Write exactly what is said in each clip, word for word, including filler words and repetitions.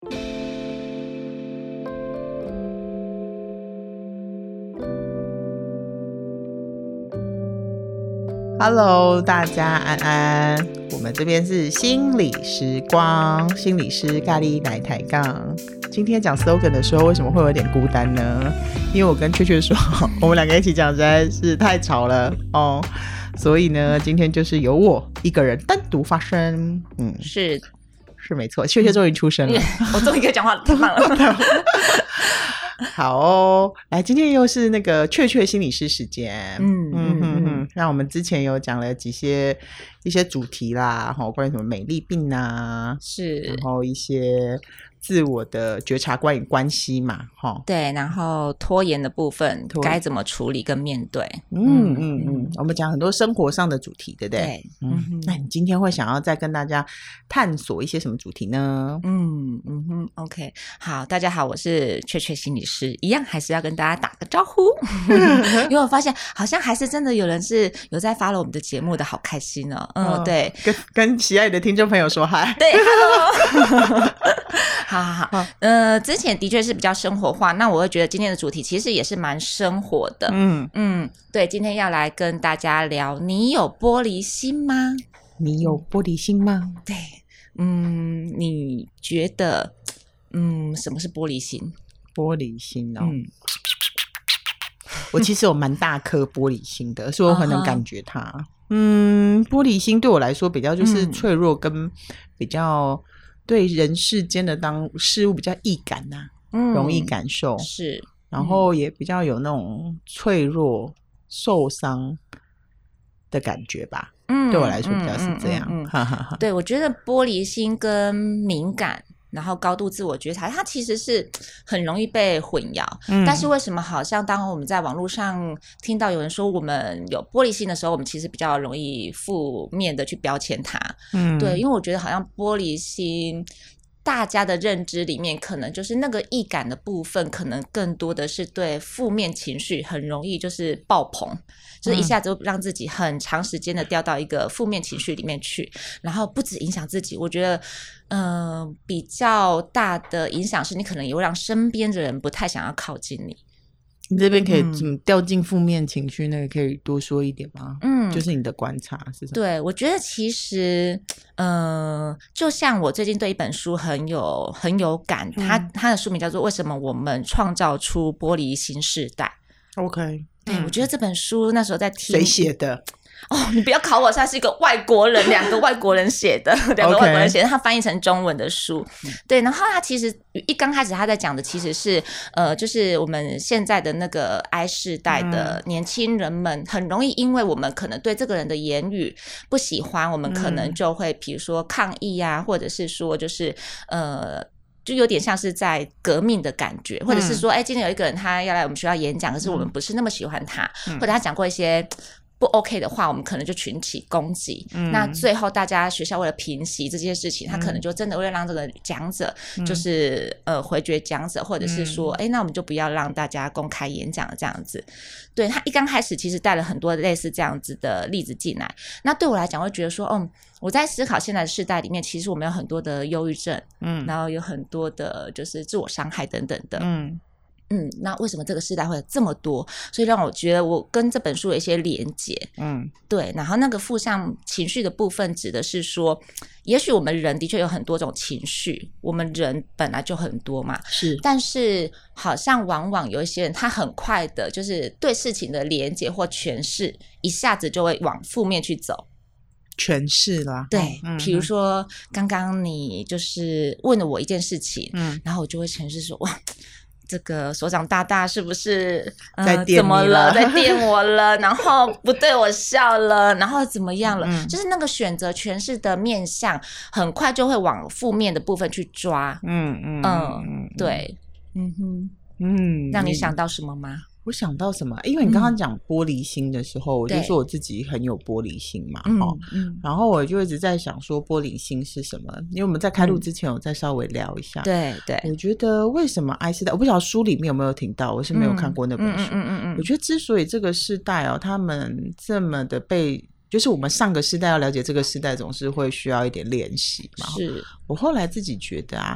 Hello， 大家安安，我们这边是心理时光，心理师咖喱来抬杠。今天讲 slogan 的时候，为什么会有点孤单呢？因为我跟雀雀说，我们两个一起讲实在是太吵了哦，所以呢，今天就是由我一个人单独发声。嗯， 是是没错，雀雀终于出声了， 我终于可以讲话了，太棒了。 好哦，来，今天又是那个雀雀心理师时间。嗯嗯嗯嗯，那我们之前有讲了几些一些主题啦，关于什么美丽病啊， 是， 然后一些自我的觉察关于关系嘛， 对，然后拖延的部分该怎么处理跟面对。 嗯嗯嗯，我们讲很多生活上的主题，对不对？ 对， 嗯，那你今天会想要再跟大家探索一些什么主题呢？ 嗯嗯哼 ，OK， 好，大家好，我是雀雀心理师，一样还是要跟大家打个招呼，因为我发现好像还是真的有人是有在 follow 我们的节目的，好开心哦。嗯，哦、对， 跟跟喜爱的听众朋友说嗨， 对 ，Hello。好好好，呃，之前的确是比较生活化，那我会觉得今天的主题其实也是蛮生活的。嗯嗯，对，今天要来跟大家聊，你有玻璃心吗？ 你有玻璃心吗？ 对，嗯，你觉得，嗯，什么是玻璃心？ 玻璃心哦，嗯，我其实有蛮大颗玻璃心的，所以我很能感觉它。Uh-huh. 嗯，玻璃心对我来说比较就是脆弱跟比较。对人世间的当事物比较易感啊、嗯、容易感受， 是， 然后也比较有那种脆弱受伤的感觉吧。嗯，对我来说比较是这样。嗯嗯嗯嗯、 对，我觉得玻璃心跟敏感然后高度自我觉察，它其实是很容易被混淆、嗯、但是为什么好像当我们在网络上听到有人说我们有玻璃心的时候，我们其实比较容易负面的去标签它。嗯，对，因为我觉得好像玻璃心大家的认知里面可能就是那个易感的部分，可能更多的是对负面情绪很容易就是爆棚，就是一下子让自己很长时间的掉到一个负面情绪里面去，然后不止影响自己，我觉得呃，比较大的影响是你可能也会让身边的人不太想要靠近你。 你这边可以、嗯、掉进负面情绪，那个可以多说一点吗？嗯，就是你的观察是什么？ 对，我觉得其实呃，就像我最近对一本书很有很有感，嗯、它它的书名叫做《为什么我们创造出玻璃心世代》。 OK， 对、嗯，我觉得这本书那时候在听谁写的？ 哦，你不要考我，他是一个外国人，两个外国人写的，两个外国人写的，他翻译成中文的书。对，然后他其实一刚开始他在讲的其实是呃，就是我们现在的那个 I 世代的年轻人们，很容易因为我们可能对这个人的言语不喜欢，我们可能就会比如说抗议啊，或者是说就是呃。就有点像是在革命的感觉，或者是说，哎、欸，今天有一个人他要来我们学校演讲，可是我们不是那么喜欢他，嗯、或者他讲过一些不 OK 的话，我们可能就群起攻击、嗯、那最后大家学校为了平息这件事情、嗯、他可能就真的为了让这个讲者、嗯、就是呃回绝讲者，或者是说哎、嗯欸，那我们就不要让大家公开演讲这样子。对，他一刚开始其实带了很多类似这样子的例子进来，那对我来讲会觉得说哦，我在思考现在的世代里面，其实我们有很多的忧郁症，嗯，然后有很多的就是自我伤害等等的，嗯嗯，那为什么这个世代会有这么多？所以让我觉得我跟这本书有一些连结，嗯，对。然后那个负向情绪的部分指的是说，也许我们人的确有很多种情绪，我们人本来就很多嘛， 是。 但是好像往往有一些人，他很快的，就是对事情的连结或诠释，一下子就会往负面去走。 诠释啦， 对，嗯、比如说刚刚你就是问了我一件事情，嗯，然后我就会诠释说，哇。这个所长大大是不是、 呃、在电怎么了在电我了然后不对我笑了然后怎么样了、嗯、就是那个选择诠释的面向很快就会往负面的部分去抓。嗯嗯嗯，对，嗯哼，嗯，让你想到什么吗？ 我想到什么？因为你刚刚讲玻璃心的时候、嗯、我就说我自己很有玻璃心嘛、嗯嗯、然后我就一直在想说玻璃心是什么，因为我们在开录之前有再稍微聊一下、 嗯、对对， 我觉得为什么 I 世代，我不晓得书里面有没有听到，我是没有看过那本书。嗯嗯嗯嗯，我觉得之所以这个世代哦，他们这么的被，就是我们上个世代要了解这个世代总是会需要一点练习嘛。 是， 我后来自己觉得啊，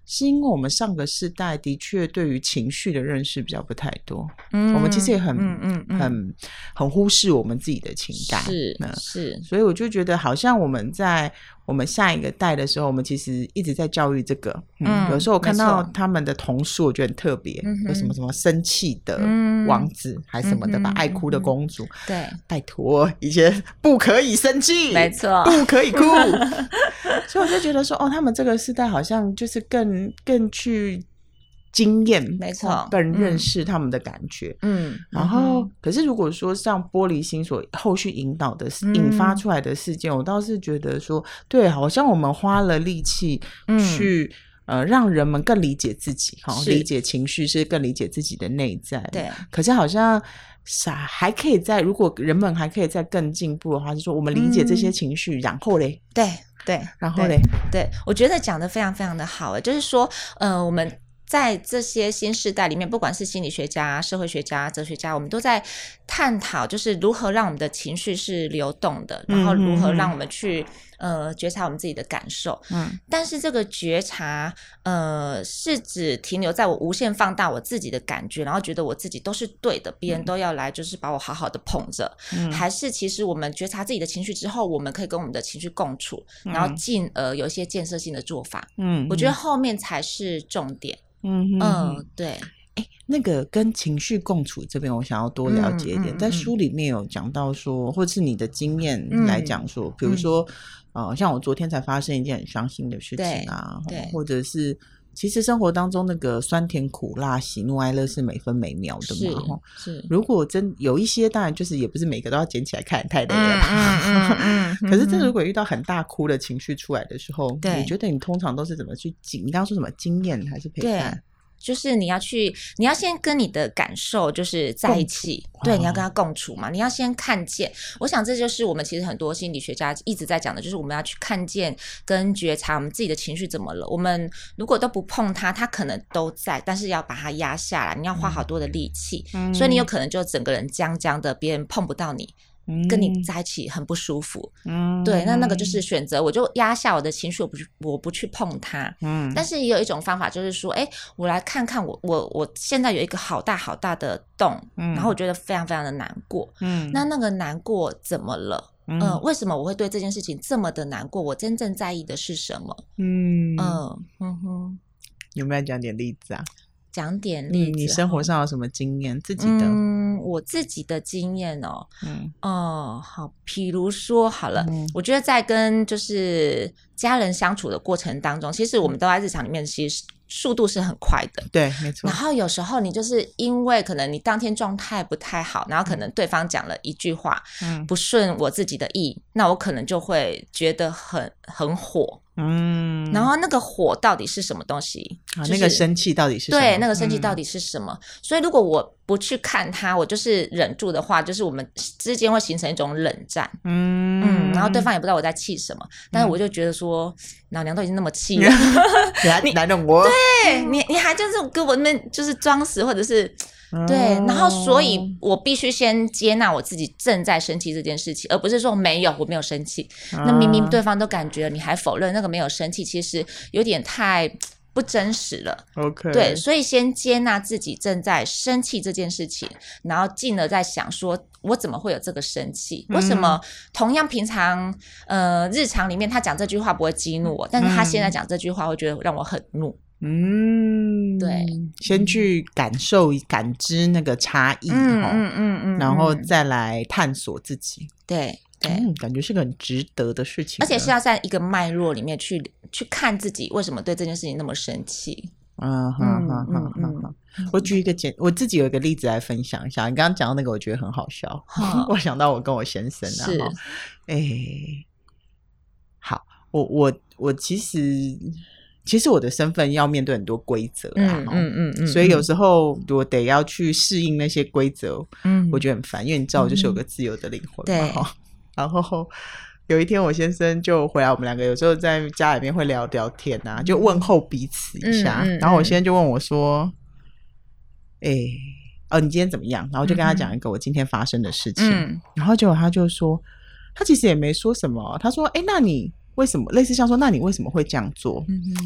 是因为我们上个世代的确对于情绪的认识比较不太多，嗯，我们其实也很嗯嗯嗯很很忽视我们自己的情感， 是是， 所以我就觉得好像我们在我们下一个代的时候，我们其实一直在教育这个，嗯，嗯有时候我看到他们的童书，我觉得很特别，有什么什么生气的王子、嗯、还什么的吧、嗯，爱哭的公主， 对， 拜托，以前不可以生气， 没错， 不可以哭。所以我就觉得说，哦，他们这个世代好像就是更更去经验， 没错， 更认识他们的感觉，嗯，然后、嗯、可是如果说像玻璃心所后续引导的、嗯、引发出来的事件，我倒是觉得说，对，好像我们花了力气去、嗯、呃让人们更理解自己，哈，理解情绪是更理解自己的内在， 对， 可是好像还可以在，如果人们还可以再更进步的话，是说我们理解这些情绪、嗯、然后嘞， 对对， 然后嘞， 对，我觉得讲得非常非常的好，就是说呃我们在这些新世代里面，不管是心理学家、社会学家、哲学家，我们都在探讨就是如何让我们的情绪是流动的，然后如何让我们去呃觉察我们自己的感受，嗯，但是这个觉察呃是指停留在我无限放大我自己的感觉，然后觉得我自己都是对的，别人都要来就是把我好好的捧着，嗯，还是其实我们觉察自己的情绪之后，我们可以跟我们的情绪共处，然后进而有一些建设性的做法，嗯，我觉得后面才是重点。嗯嗯，对， 哎，那个跟情绪共处这边，我想要多了解一点。嗯嗯、在书里面有讲到说，或者是你的经验来讲说，嗯、比如说，嗯、呃，像我昨天才发生一件很伤心的事情啊，对，或者是其实生活当中那个酸甜苦辣、喜怒哀乐是每分每秒的嘛，是。是如果真有一些，当然就是也不是每个都要捡起来看，太累了吧。嗯嗯嗯嗯、可是，这如果遇到很大哭的情绪出来的时候，你觉得你通常都是怎么去经？你刚刚说什么经验还是陪伴？ 就是你要去，你要先跟你的感受就是在一起，对，你要跟他共处嘛，你要先看见。我想这就是我们其实很多心理学家一直在讲的，就是我们要去看见跟觉察我们自己的情绪怎么了。我们如果都不碰它，它可能都在，但是要把它压下来，你要花好多的力气，嗯、所以你有可能就整个人僵僵的，别人碰不到你。跟你在一起很不舒服，嗯，对，那那个就是选择，我就压下我的情绪，我不去，我不去碰它，嗯，但是也有一种方法，就是说，哎，我来看看我我我现在有一个好大好大的洞，嗯，然后我觉得非常非常的难过，嗯，那那个难过怎么了？嗯、呃，为什么我会对这件事情这么的难过？我真正在意的是什么？嗯嗯嗯哼，有没有讲点例子啊？ 讲点例子、嗯， 你生活上有什么经验？自己的， 嗯，我自己的经验哦，嗯，哦，好，比如说好了，嗯、我觉得在跟就是家人相处的过程当中，其实我们都在日常里面，其实速度是很快的， 对，没错。 然后有时候你就是因为可能你当天状态不太好，然后可能对方讲了一句话，嗯，不顺我自己的意，那我可能就会觉得很很火。嗯，然后那个火到底是什么东西？ 啊，就是、那个生气到底是什么？ 对，那个生气到底是什么？嗯、所以如果我不去看它，我就是忍住的话，就是我们之间会形成一种冷战。嗯嗯，然后对方也不知道我在气什么，但是我就觉得说，老娘都已经那么气了， 你还来弄我？ 对你，你还就是跟我那边就是装死，或者是。对，然后所以我必须先接纳我自己正在生气这件事情，而不是说没有，我没有生气。啊、那明明对方都感觉你还否认那个没有生气，其实有点太不真实了。 OK， 对，所以先接纳自己正在生气这件事情，然后进而在想说，我怎么会有这个生气？为什么同样平常呃日常里面他讲这句话不会激怒我，但是他现在讲这句话会觉得让我很怒。嗯，对， 先去感受、感知那个差异，嗯嗯嗯嗯，然后再来探索自己。 对对、 嗯，感觉是个很值得的事情， 而且是要在一个脉络里面去去看自己为什么对这件事情那么生气。 嗯哼哼哼哼哼，我举一个简，我自己有一个例子来分享一下。你刚刚讲到那个，我觉得很好笑。我想到我跟我先生啊，是，哎，好，我我我其实。其实我的身份要面对很多规则啦，嗯嗯嗯嗯，所以有时候我得要去适应那些规则，嗯，我觉得很烦，因为你知道我就是有个自由的灵魂嘛，对。然后有一天我先生就回来，我们两个有时候在家里面会聊聊天啊，就问候彼此一下，嗯嗯嗯、然后我先生就问我说：“哎、欸，哦，你今天怎么样？”然后就跟他讲一个我今天发生的事情，嗯、然后结果他就说，他其实也没说什么，他说：“哎、欸，那你。”为什么类似像说，那你为什么会这样做？嗯哼，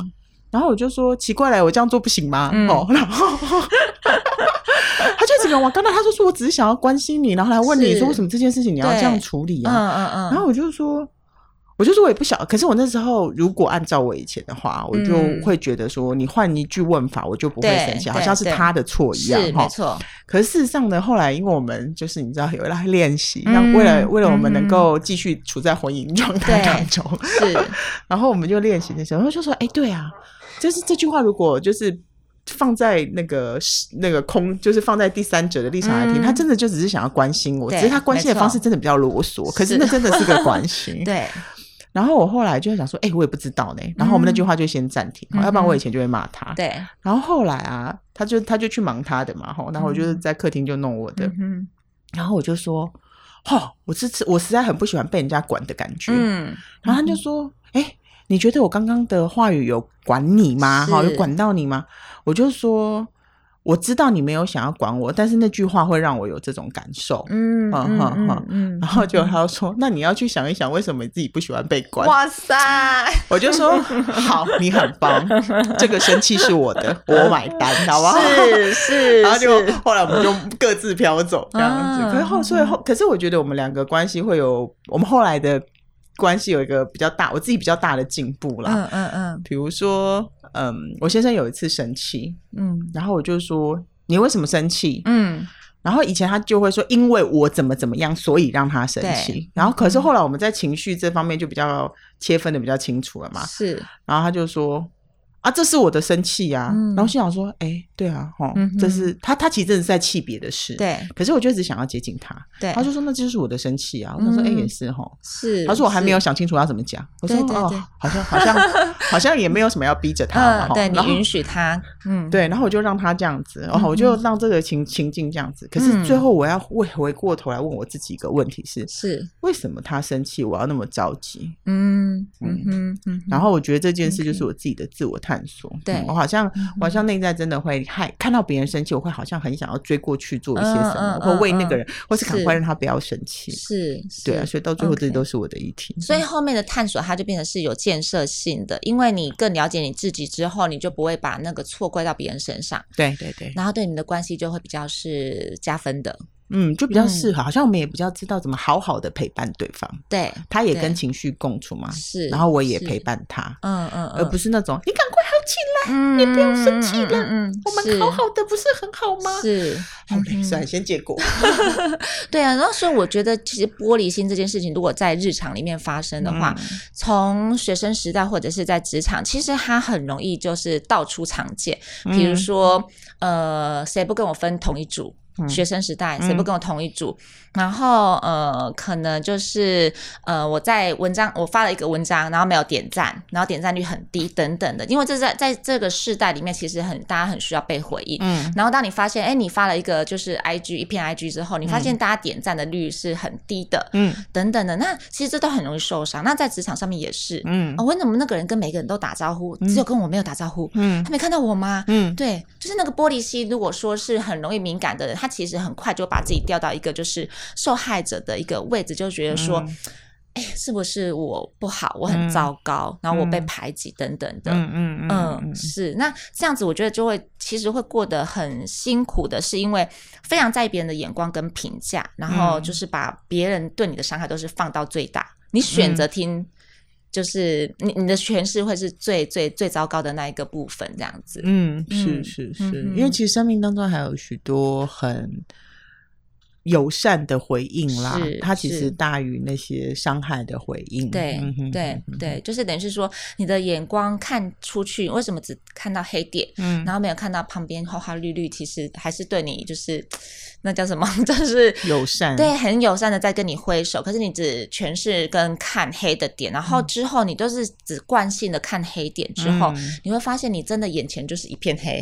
然后我就说奇怪了，我这样做不行吗？ 嗯、 哦，然后他就整个我刚才他就说我只是想要关心你，然后来问你说为什么这件事情你要这样处理啊？ 嗯嗯嗯。 然后我就说。我就说我也不晓得，可是我那时候如果按照我以前的话，我就会觉得说你换一句问法我就不会生气，好像是他的错一样。 是没错。 可是事实上呢，后来因为我们就是你知道有来练习，嗯、为了为了我们能够继续处在婚姻状态当中，是，然后我们就练习的时候就说，哎，对啊，就是这句话如果就是放在那个那个空，就是放在第三者的立场来听，嗯、他真的就只是想要关心我，只是他关心的方式真的比较啰嗦，可是那真的是个关心。 对。 然后我后来就会想说，哎、欸，我也不知道呢。然后我们那句话就先暂停，嗯、要不然我以前就会骂他。对。然后后来啊，他就他就去忙他的嘛，然后我就在客厅就弄我的。嗯、然后我就说，哦，我是我实在很不喜欢被人家管的感觉。嗯。然后他就说，哎、欸，你觉得我刚刚的话语有管你吗？哈，有管到你吗？我就说。我知道你没有想要管我，但是那句话会让我有这种感受。嗯嗯嗯嗯，然后就他就说，那你要去想一想，为什么你自己不喜欢被管？ 哇塞！ 我就说好，你很棒，这个生气是我的，我买单，好不好？ 是是。 然后就后来我们就各自飘走这样子。嗯、可是后所以后，可是我觉得我们两个关系会有，我们后来的关系有一个比较大，我自己比较大的进步啦。嗯嗯嗯，比如说。嗯，我先生有一次生气，嗯，然后我就说你为什么生气？嗯，然后以前他就会说因为我怎么怎么样，所以让他生气。然后可是后来我们在情绪这方面就比较切分的比较清楚了嘛。是，然后他就说啊，这是我的生气啊。嗯、然后心想说，哎、欸，对啊，齁，嗯、这是他他其实真的是在气别的事。对，可是我就一直想要接近他。对，他就说那这就是我的生气啊。我想说，哎、欸，也是齁。是，他说我还没有想清楚要怎么讲。我说对对对哦，好像好像好像也没有什么要逼着他嘛。 嗯、对，你允许他。嗯， 对，然后我就让他这样子，然后我就让这个情情境这样子。可是最后我要回回过头来问我自己一个问题是：是为什么他生气，我要那么着急？嗯嗯嗯嗯。然后我觉得这件事就是我自己的自我探索。对、嗯，我好像我好像内在真的会害看到别人生气，我会好像很想要追过去做一些什么，嗯嗯、或为那个人，嗯、或是赶快让他不要生气。是，对啊，所以到最后这些都是我的议题。 Okay. 所以后面的探索它就变成是有建设性的，因为你更了解你自己之后，你就不会把那个错怪到别人身上。 对对对， 然后对你们的关系就会比较是加分的。 嗯，就比较适合、嗯、好像我们也比较知道怎么好好的陪伴对方。对，他也跟情绪共处嘛。是，然后我也陪伴他。嗯 嗯, 嗯，而不是那种你赶快好起来、嗯、你不要生气了、嗯嗯、我们好好的不是很好吗？是，好累，算了，先结果。 对啊，然后所以我觉得其实玻璃心这件事情如果在日常里面发生的话、嗯、从学生时代或者是在职场，其实它很容易就是到处常见。比如说、嗯、呃，谁不跟我分同一组，学生时代谁不跟我同一组、嗯、然后呃可能就是呃我在文章我发了一个文章，然后没有点赞，然后点赞率很低等等的，因为这在在这个世代里面其实很大家很需要被回应。嗯，然后当你发现哎你发了一个就是 I G 一篇 I G 之后，你发现大家点赞的率是很低的，嗯，等等的，那其实这都很容易受伤。那在职场上面也是，嗯、哦，为什么那个人跟每个人都打招呼、嗯、只有跟我没有打招呼？嗯，他没看到我吗？嗯，对，就是那个玻璃心，如果说是很容易敏感的人，他其实很快就把自己调到一个就是受害者的一个位置，就觉得说哎、嗯，是不是我不好，我很糟糕、嗯、然后我被排挤等等的。嗯嗯 嗯, 嗯, 嗯是，那这样子我觉得就会其实会过得很辛苦的，是因为非常在意别人的眼光跟评价，然后就是把别人对你的伤害都是放到最大，你选择听、嗯就是你你的诠释会是最最最糟糕的那一个部分，这样子。 嗯，是是是、嗯、因为其实生命当中还有许多很友善的回应啦，它其实大于那些伤害的回应。 对、嗯、对对，就是等于是说你的眼光看出去，为什么只看到黑点、嗯、然后没有看到旁边花花绿绿，其实还是对你就是那叫什么，就是友善， 对，很友善的在跟你挥手，可是你只全是跟看黑的点，然后之后你都是只惯性的看黑点之后、嗯、你会发现你真的眼前就是一片黑。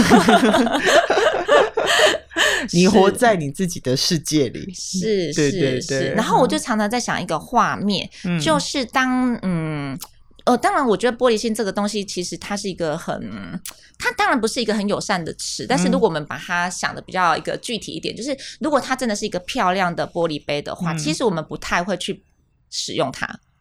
你活在你自己的世界里， 是是是是。然后我就常常在想一个画面、嗯、就是当嗯呃，当然我觉得玻璃心这个东西其实它是一个很它当然不是一个很友善的词，但是如果我们把它想的比较一个具体一点、嗯、就是如果它真的是一个漂亮的玻璃杯的话、嗯、其实我们不太会去使用它，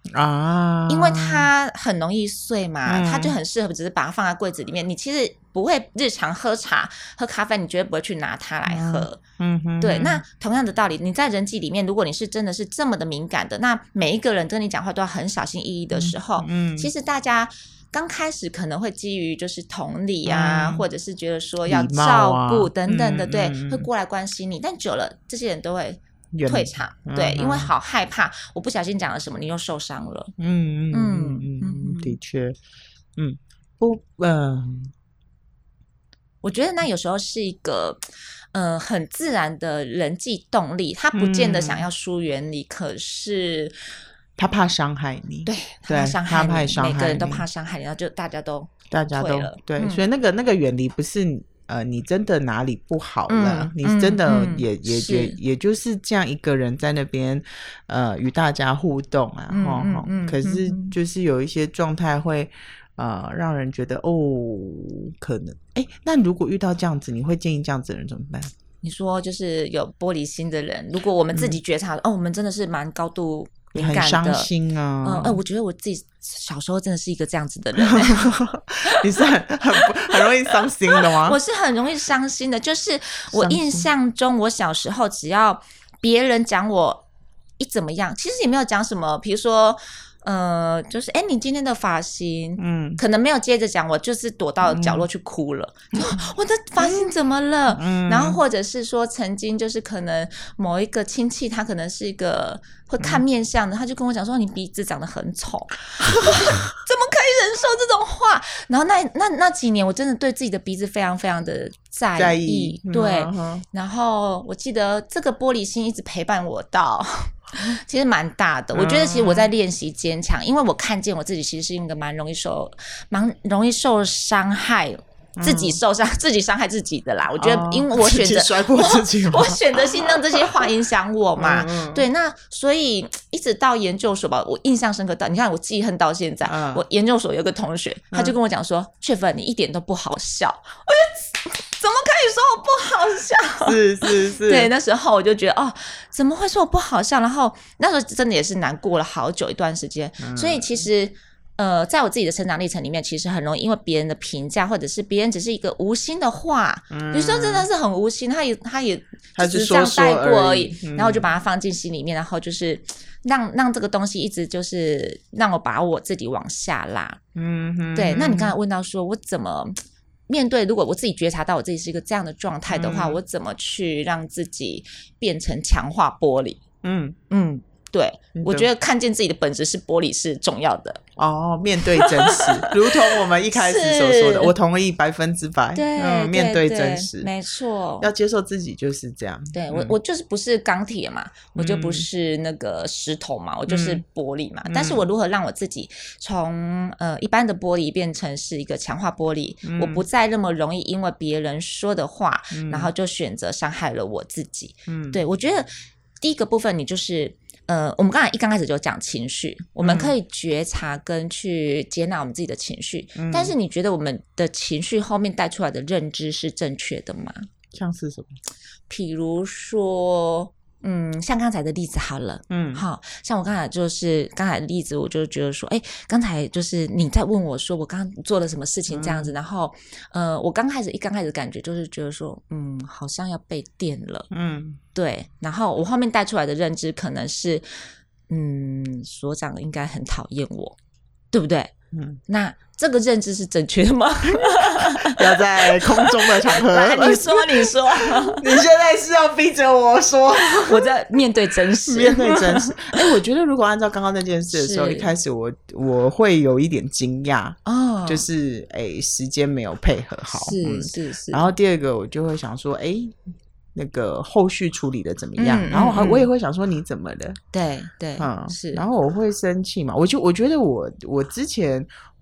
啊， 因为它很容易碎嘛， 嗯、 它就很适合只是把它放在柜子里面，你其实不会日常喝茶喝咖啡，你绝对不会去拿它来喝。 嗯哼， 对，那同样的道理，你在人际里面，如果你是真的是这么的敏感的，那每一个人跟你讲话都要很小心翼翼的时候，嗯嗯、其实大家刚开始可能会基于就是同理啊，嗯、或者是觉得说要照顾等等的，啊、对、嗯，会过来关心你，但久了这些人都会退场，对、嗯，因为好害怕，我不小心讲了什么，你又受伤了。 嗯嗯嗯嗯，的确，嗯，不，嗯、呃， 我觉得那有时候是一个，呃，很自然的人际动力，他不见得想要疏远你，嗯、可是他怕伤害你， 对，他怕伤害你， 害伤害你， 每个人都怕伤害你，然后就大家都大家都对、嗯，所以那个那个远离不是。呃，你真的哪里不好了？嗯、你真的也、嗯、也也也就是这样一个人在那边，呃，与大家互动啊，嗯嗯嗯、可是就是有一些状态会，呃，让人觉得哦，可能，哎，那如果遇到这样子，你会建议这样子的人怎么办？ 你说就是有玻璃心的人，如果我们自己觉察，嗯、哦，我们真的是蛮高度敏感的， 很伤心啊。 嗯，哎、呃，我觉得我自己小时候真的是一个这样子的人。 你是很很很容易伤心的吗？ 我是很容易伤心的，就是我印象中，我小时候只要别人讲我一怎么样，其实也没有讲什么，比如说。呃，就是哎，你今天的发型，嗯，可能没有接着讲，我就是躲到角落去哭了。嗯、我的发型怎么了？嗯，然后或者是说，曾经就是可能某一个亲戚，他可能是一个会看面相的，嗯、他就跟我讲说，你鼻子长得很丑，怎么可以忍受这种话？然后那那那几年，我真的对自己的鼻子非常非常的在意，在意对、嗯。然后我记得这个玻璃心一直陪伴我到。其实蛮大的，我觉得其实我在练习坚强，因为我看见我自己其实是一个蛮容易受蛮容易受伤害，自己受伤、嗯、自己伤害自己的啦。我觉得因为我选择、哦、 摔破自己我, 我选择性让这些话影响我嘛、嗯嗯、对，那所以一直到研究所吧，我印象深刻到你看我记恨到现在、嗯、我研究所有个同学他就跟我讲说雀芬、嗯、你一点都不好笑，我就怎么可以说我不好笑？ 是是是， 对，那时候我就觉得哦，怎么会说我不好笑？然后那时候真的也是难过了好久一段时间。嗯、所以其实呃，在我自己的成长历程里面，其实很容易因为别人的评价，或者是别人只是一个无心的话，嗯、有时候真的是很无心，他也他也只是这样带过而已， 说说而已、嗯、 然后我就把它放进心里面，然后就是让让这个东西一直就是让我把我自己往下拉。嗯哼，对。那你刚才问到说我怎么面对，如果我自己觉察到我自己是一个这样的状态的话、嗯、我怎么去让自己变成强化玻璃？嗯嗯，对，我觉得看见自己的本质是玻璃是重要的哦，面对真实如同我们一开始所说的，我同意百分之百， 对、 嗯，面对真实， 没错， 要接受自己就是这样。 对、嗯、我我就是不是钢铁嘛、嗯、我就不是那个石头嘛、嗯、我就是玻璃嘛、嗯、但是我如何让我自己从呃一般的玻璃变成是一个强化玻璃、嗯、我不再那么容易因为别人说的话、嗯、然后就选择伤害了我自己。嗯，对，我觉得第一个部分你就是呃，我们刚才一刚开始就讲情绪，我们可以觉察跟去接纳我们自己的情绪、嗯、但是你觉得我们的情绪后面带出来的认知是正确的吗？ 像是什么？ 比如说嗯，像刚才的例子好了，嗯，好，像我刚才就是刚才的例子，我就觉得说，哎，刚才就是你在问我说我刚刚做了什么事情这样子，嗯、然后呃，我刚开始一刚开始感觉就是觉得说，嗯，好像要被电了，嗯，对，然后我后面带出来的认知可能是，嗯，所长应该很讨厌我，对不对？嗯，那这个认知是正确的吗？ 不要在空中的场合来，你说你说你现在是要逼着我说我在面对真实面对真实哎、欸，我觉得如果按照刚刚那件事的时候，一开始我我会有一点惊讶哦，就是哎、欸，时间没有配合好， 是、 嗯、 是是， 然后第二个我就会想说哎、欸那个后续处理的怎么样、嗯、然后我也会想说你怎么了， 对对、嗯、是， 然后我会生气嘛，我就我觉得我我之前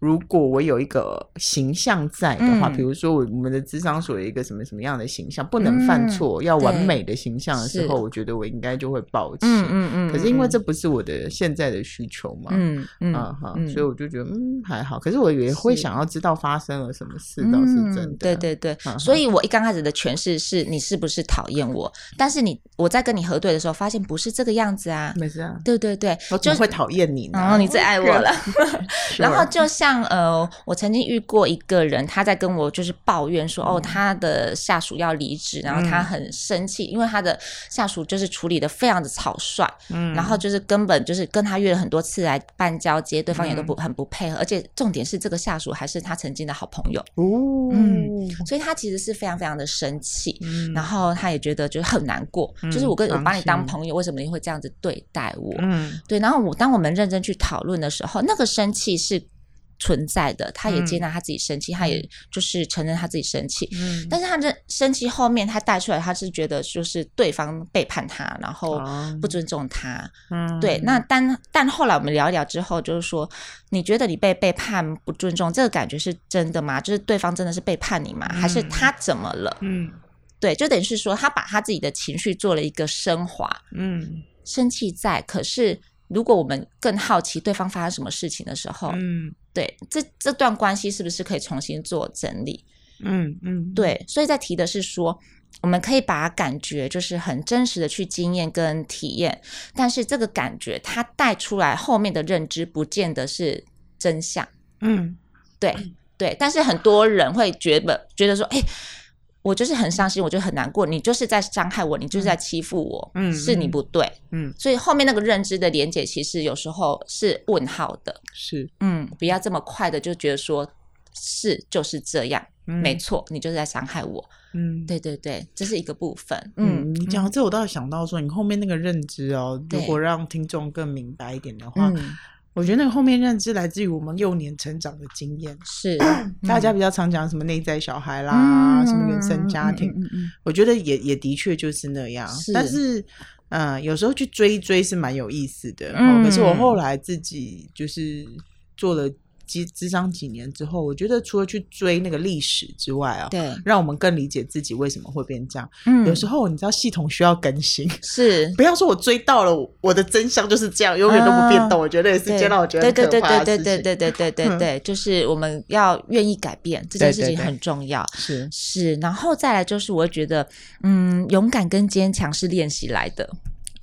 如果我有一个形象在的话， 嗯比如说我们的咨商所有一个什么什么样的形象，不能犯错、嗯、要完美的形象的时候，我觉得我应该就会抱歉。嗯嗯嗯。可是因为这不是我的现在的需求嘛，嗯嗯啊哈、嗯，所以我就觉得嗯还好。可是我也会想要知道发生了什么事，倒是真的。嗯、 对对对、嗯，所以我一刚开始的诠释是你是不是讨厌我，但是你我在跟你核对的时候，发现不是这个样子啊。 没事啊。 对对对， 我怎么会讨厌你呢？ 哦，你最爱我了。然后就像呃，我曾经遇过一个人，他在跟我就是抱怨说，嗯、哦，他的下属要离职，然后他很生气、嗯，因为他的下属就是处理的非常的草率，嗯，然后就是根本就是跟他约了很多次来办交接，对方也都不、嗯、很不配合，而且重点是这个下属还是他曾经的好朋友，哦，嗯，所以他其实是非常非常的生气，嗯，然后他也觉得就是很难过，嗯、就是我跟我把你当朋友，为什么你会这样子对待我？嗯，对，然后我当我们认真去讨论的时候，那个生气是存在的，他也接纳他自己生气、嗯、他也就是承认他自己生气、嗯、但是他的生气后面他带出来他是觉得就是对方背叛他，然后不尊重他、嗯、对，那但但后来我们聊一聊之后，就是说你觉得你被背叛不尊重这个感觉是真的吗？就是对方真的是背叛你吗、嗯、还是他怎么了？嗯，对，就等于是说他把他自己的情绪做了一个升华，嗯，生气在，可是如果我们更好奇对方发生什么事情的时候，嗯，对，这这段关系是不是可以重新做整理？嗯嗯，对，所以在提的是说，我们可以把感觉就是很真实的去经验跟体验，但是这个感觉它带出来后面的认知不见得是真相。嗯，对对，但是很多人会觉得觉得说，哎、欸。我就是很伤心，我就很难过，你就是在伤害我，你就是在欺负我、嗯、是你不对，嗯，所以后面那个认知的连结其实有时候是问号的， 是， 嗯，不要这么快的就觉得说是就是这样、嗯、没错，你就是在伤害我，嗯，对对对，这是一个部分。 嗯，你讲这我倒是想到说你后面那个认知哦，如果让听众更明白一点的话、嗯，我觉得那个后面认知来自于我们幼年成长的经验， 是大家比较常讲什么内在小孩啦、嗯、什么原生家庭、嗯嗯嗯、我觉得也也的确就是那样，是，但是嗯、呃，有时候去追一追是蛮有意思的、嗯哦、可是我后来自己就是做了諮商几年之后，我觉得除了去追那个历史之外啊， 对， 让我们更理解自己为什么会变这样、嗯、有时候你知道系统需要更新， 是， 不要说我追到了我的真相就是这样永远都不变动、啊、我觉得也是件让我觉得很可怕的事情， 对对对对对对对对对、嗯、就是我们要愿意改变这件事情很重要， 对对对，是是，然后再来就是我会觉得嗯，勇敢跟坚强是练习来的，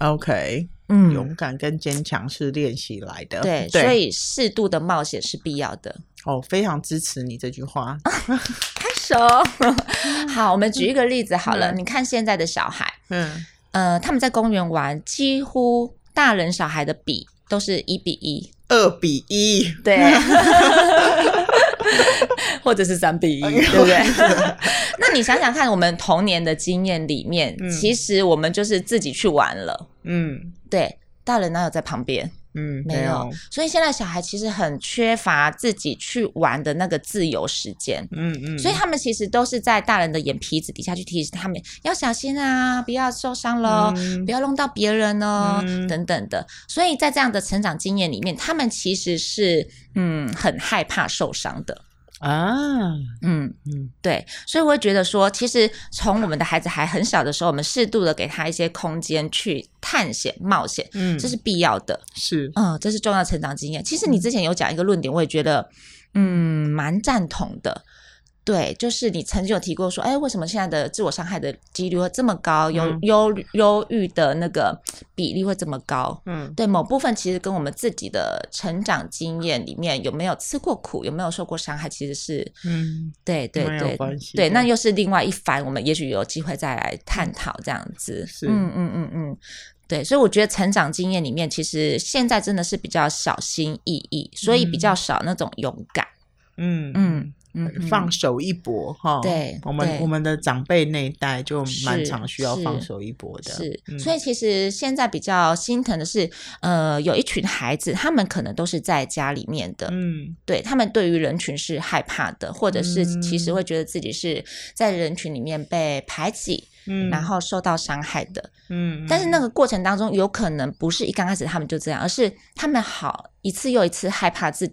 OK，嗯，勇敢跟坚强是练习来的， 对，对，所以适度的冒险是必要的。 哦，非常支持你这句话。 拍手。好，我们举一个例子好了、嗯、你看现在的小孩，嗯，呃，他们在公园玩，几乎大人小孩的比都是一比一， 二比一， 对。或者是三比一，对不对？那你想想看，我们童年的经验里面、嗯、其实我们就是自己去玩了，嗯，对，大人哪有在旁边？嗯，没有，没有，所以现在小孩其实很缺乏自己去玩的那个自由时间，嗯嗯，所以他们其实都是在大人的眼皮子底下去提醒他们要小心啊，不要受伤咯、嗯、不要弄到别人哦、嗯、等等的，所以在这样的成长经验里面，他们其实是嗯很害怕受伤的啊，嗯嗯，对，所以我会觉得说，其实从我们的孩子还很小的时候，我们适度的给他一些空间去探险冒险，嗯，这是必要的， 是， 嗯，这是重要的成长经验。其实你之前有讲一个论点，我也觉得嗯蛮赞同的。对，就是你曾经有提过说，哎，为什么现在的自我伤害的几率会这么高，忧忧忧郁的那个比例会这么高？嗯，对，某部分其实跟我们自己的成长经验里面有没有吃过苦，有没有受过伤害，其实是，嗯，对对对，对，那又是另外一番，我们也许有机会再来探讨这样子。是，嗯嗯嗯嗯。对，所以我觉得成长经验里面，其实现在真的是比较小心翼翼，所以比较少那种勇敢。嗯嗯。嗯， 放手一搏哈， 对， 我们我们的长辈那一代就蛮常需要放手一搏的， 是，是嗯、所以其实现在比较心疼的是，呃，有一群孩子，他们可能都是在家里面的，嗯，对他们对于人群是害怕的，或者是其实会觉得自己是在人群里面被排挤。嗯，然后受到伤害的，嗯，但是那个过程当中有可能不是一刚开始他们就这样，而是他们好一次又一次害怕自己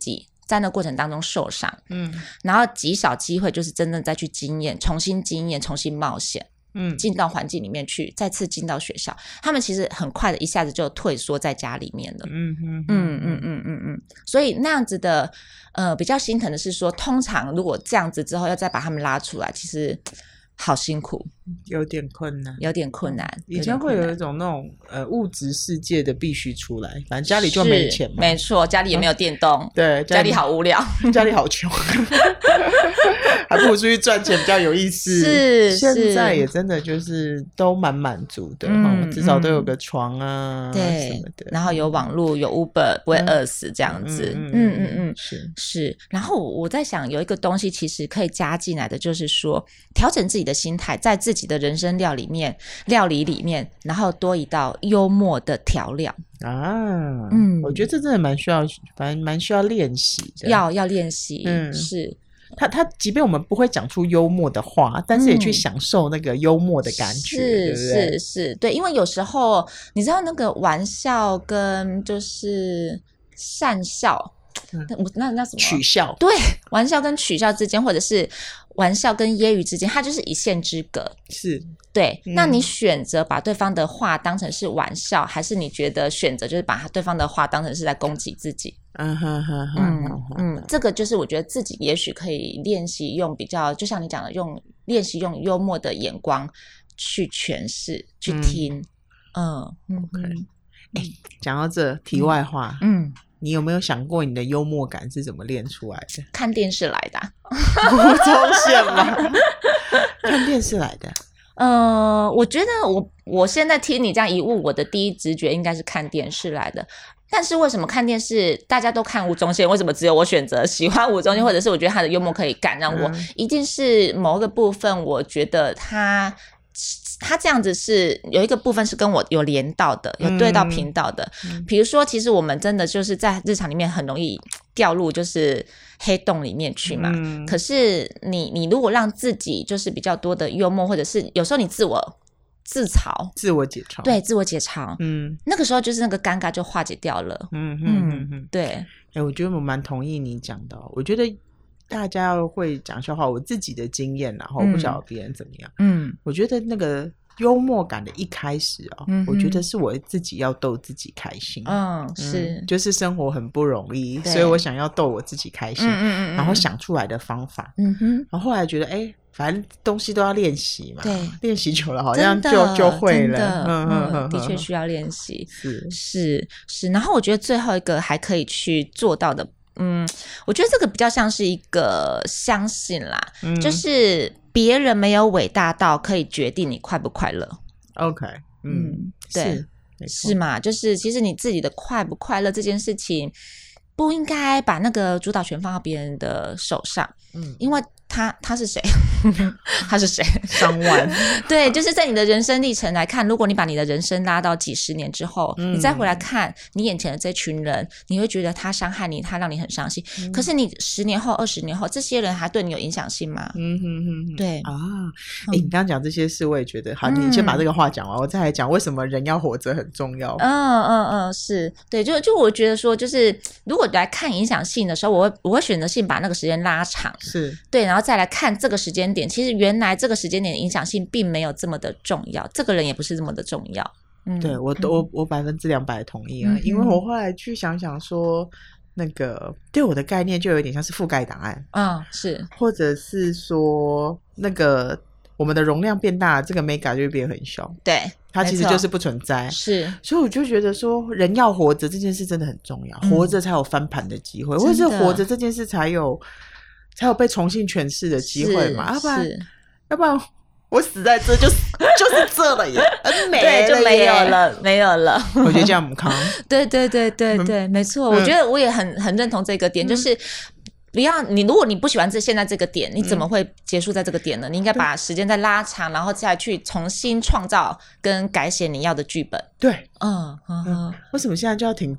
在那过程当中受伤， 嗯， 然后极少机会就是真正再去经验，重新经验，重新冒险。嗯，进到环境里面去，再次进到学校，他们其实很快的一下子就退缩在家里面了。 嗯嗯嗯嗯嗯嗯嗯，所以那样子的，呃，比较心疼的是说，通常如果这样子之后要再把他们拉出来，其实好辛苦， 有点困难， 有点困难。 以前会有一种那种呃物质世界的必须出来，反正家里就没钱嘛， 没错，家里也没有电动，嗯、 对， 家里好无聊， 家里好穷，还不如出去赚钱比较有意思。 是， 现在也真的就是都蛮满足的，嗯、至少都有个床啊， 对， 什么的， 然后有网络，有 Uber， 不会饿死这样子。嗯嗯 嗯, 嗯， 是是。然后我在想，有一个东西其实可以加进来的，就是说调整自己的心态，在自己的人生料里面、料理里面，然后多一道幽默的调料啊。嗯，我觉得这真的蛮需要，反正蛮需要练习的， 要要练习。嗯，是。 他他即便我们不会讲出幽默的话，但是也去享受那个幽默的感觉， 嗯、 对不对？ 是是，对，因为有时候你知道那个玩笑跟就是善笑。嗯、那那什么取笑， 对，玩笑跟取笑之间，或者是玩笑跟揶揄之间，它就是一线之隔。 是， 对、嗯。那你选择把对方的话当成是玩笑，还是你觉得选择就是把对方的话当成是在攻击自己？ 嗯哼哼哼嗯嗯，这个就是我觉得自己也许可以练习用比较，就像你讲的，用练习用幽默的眼光去诠释、去听。嗯嗯 ，OK。哎、欸，讲到这，题外话，嗯。嗯，你有没有想过你的幽默感是怎么练出来的？ 看电视来的、啊， 吴宗宪吗？看电视来的。 呃，我觉得我我现在听你这样一问，我的第一直觉应该是看电视来的。但是为什么看电视大家都看吴宗宪，为什么只有我选择喜欢吴宗宪，或者是我觉得他的幽默可以感染我？嗯、一定是某个部分，我觉得他。他这样子是有一个部分是跟我有连到的，有对到频道的。嗯、比如说，其实我们真的就是在日常里面很容易掉入就是黑洞里面去嘛。嗯、可是你你如果让自己就是比较多的幽默，或者是有时候你自我自嘲、 自我解嘲， 对，自我解嘲，嗯，那个时候就是那个尴尬就化解掉了。嗯嗯嗯，对。 哎、欸，我觉得我蛮同意你讲的，我觉得。大家会讲笑话，我自己的经验然后不晓得别人怎么样。嗯，我觉得那个幽默感的一开始哦，嗯、我觉得是我自己要逗自己开心。 嗯，是， 嗯、就是生活很不容易，所以我想要逗我自己开心，嗯嗯嗯然后想出来的方法。嗯哼，然后后来觉得，哎、欸，反正东西都要练习嘛， 对， 练习久了好像就就会了。 嗯嗯嗯，的确需要练习。 是是是，然后我觉得最后一个还可以去做到的。嗯，我觉得这个比较像是一个相信啦，嗯、就是别人没有伟大到可以决定你快不快乐。 OK， 嗯， 嗯对，是, 是嘛？就是其实你自己的快不快乐这件事情，不应该把那个主导权放到别人的手上，嗯，因为他他是谁？他是谁？ 上万。 对，就是在你的人生历程来看，如果你把你的人生拉到几十年之后，嗯、你再回来看你眼前的这群人，你会觉得他伤害你，他让你很伤心。嗯、可是你十年后、二十年后，这些人还对你有影响性吗？嗯哼哼，对啊。哎、欸，你刚刚讲这些事，我也觉得好。你先把这个话讲完，我再来讲为什么人要活着很重要。 嗯嗯嗯，是对，就就我觉得说，就是如果来看影响性的时候，我会我会选择性把那个时间拉长， 是对，然后再来看这个时间点，其实原来这个时间点的影响性并没有这么的重要，这个人也不是这么的重要。嗯， 对我都、嗯、我我百分之两百同意啊、嗯，因为我后来去想想说，那个对我的概念就有点像是覆盖档案， 嗯，是， 或者是说那个我们的容量变大，这个 mega 就会变很小， 对， 它其实就是不存在， 是， 所以我就觉得说，人要活着这件事真的很重要，嗯、活着才有翻盘的机会，或者是活着这件事才有。才有被重新诠释的机会嘛，要不然要不然我死在这就就是这了耶，没了耶， 对，就没有了，没有了。 我觉得这样不康。 对对对对对，嗯、没错、嗯。我觉得我也很很认同这个点，嗯、就是不要你，如果你不喜欢这现在这个点，你怎么会结束在这个点呢？嗯、你应该把时间再拉长，然后再去重新创造跟改写你要的剧本。 对， 嗯嗯嗯。 为什么现在就要停止？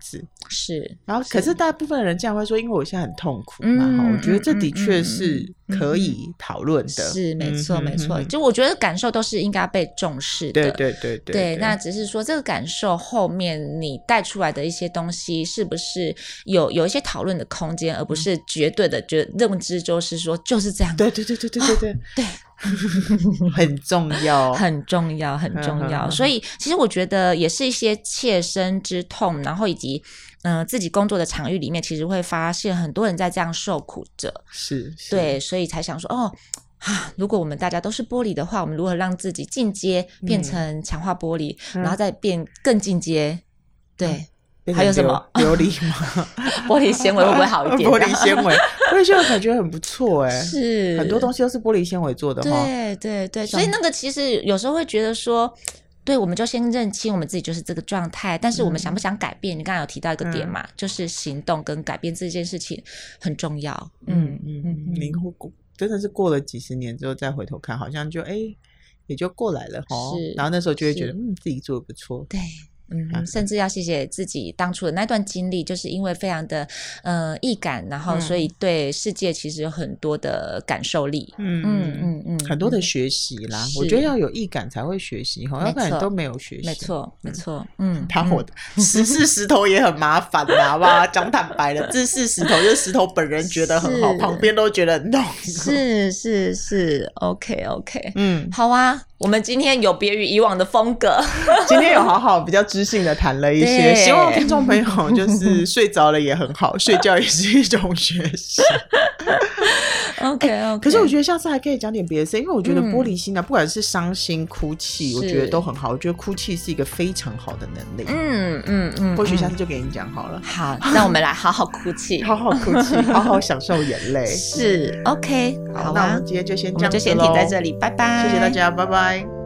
是， 然后可是大部分人这样会说，因为我现在很痛苦嘛，嗯、我觉得这的确是可以讨论的， 嗯、是没错、嗯、没错，就我觉得感受都是应该被重视的， 对对对 对, 对, 对，那只是说这个感受后面你带出来的一些东西是不是有有一些讨论的空间，而不是绝对的觉得认知就是说就是这样， 对对对对对对对、哦、 对很重要很重要很重要所以其实我觉得也是一些切身之痛，然后以及呃自己工作的场域里面其实会发现很多人在这样受苦着， 是, 是对，所以才想说哦啊，如果我们大家都是玻璃的话，我们如何让自己进阶变成强化玻璃、嗯、然后再变更进阶，对、嗯、还有什么琉璃吗玻璃纤维会不会好一点、啊、 玻璃纤维玻璃纤维感觉很不错哎， 是很多东西都是玻璃纤维做的哈， 对对对，所以那个其实有时候会觉得说对，我们就先认清我们自己就是这个状态，但是我们想不想改变、嗯、你刚才有提到一个点嘛、嗯、就是行动跟改变这件事情很重要，嗯嗯嗯， 您真的是过了几十年之后再回头看，好像就哎也就过来了齁，然后那时候就会觉得嗯自己做得不错， 对，嗯、啊，甚至要谢谢自己当初的那段经历，就是因为非常的呃易感，然后所以对世界其实有很多的感受力， 嗯嗯嗯嗯，很多的学习啦、嗯、我觉得要有易感才会学习齁，要不然都没有学习， 没错没错，嗯， 他我的十四石头也很麻烦啦，好不好？讲坦白了，自是石头就是石头本人觉得很好，旁边都觉得很痛， 是是是 OK OK， 嗯，好啊，我们今天有别于以往的风格， 今天有好好比较知性的谈了一些，希望听众朋友就是睡着了也很好，睡觉也是一种学习。 OK OK， 可是我觉得下次还可以讲点别的事，因为我觉得玻璃心啊、嗯、不管是伤心哭泣我觉得都很好，我觉得哭泣是一个非常好的能力，嗯嗯嗯，或许下次就给你讲好了， 好，那我们来好好哭泣好好哭泣好好享受眼泪， 是 OK， 好啊， 那我们今天就先这样子咯， 我们就先停在这里，拜拜， 谢谢大家，拜拜。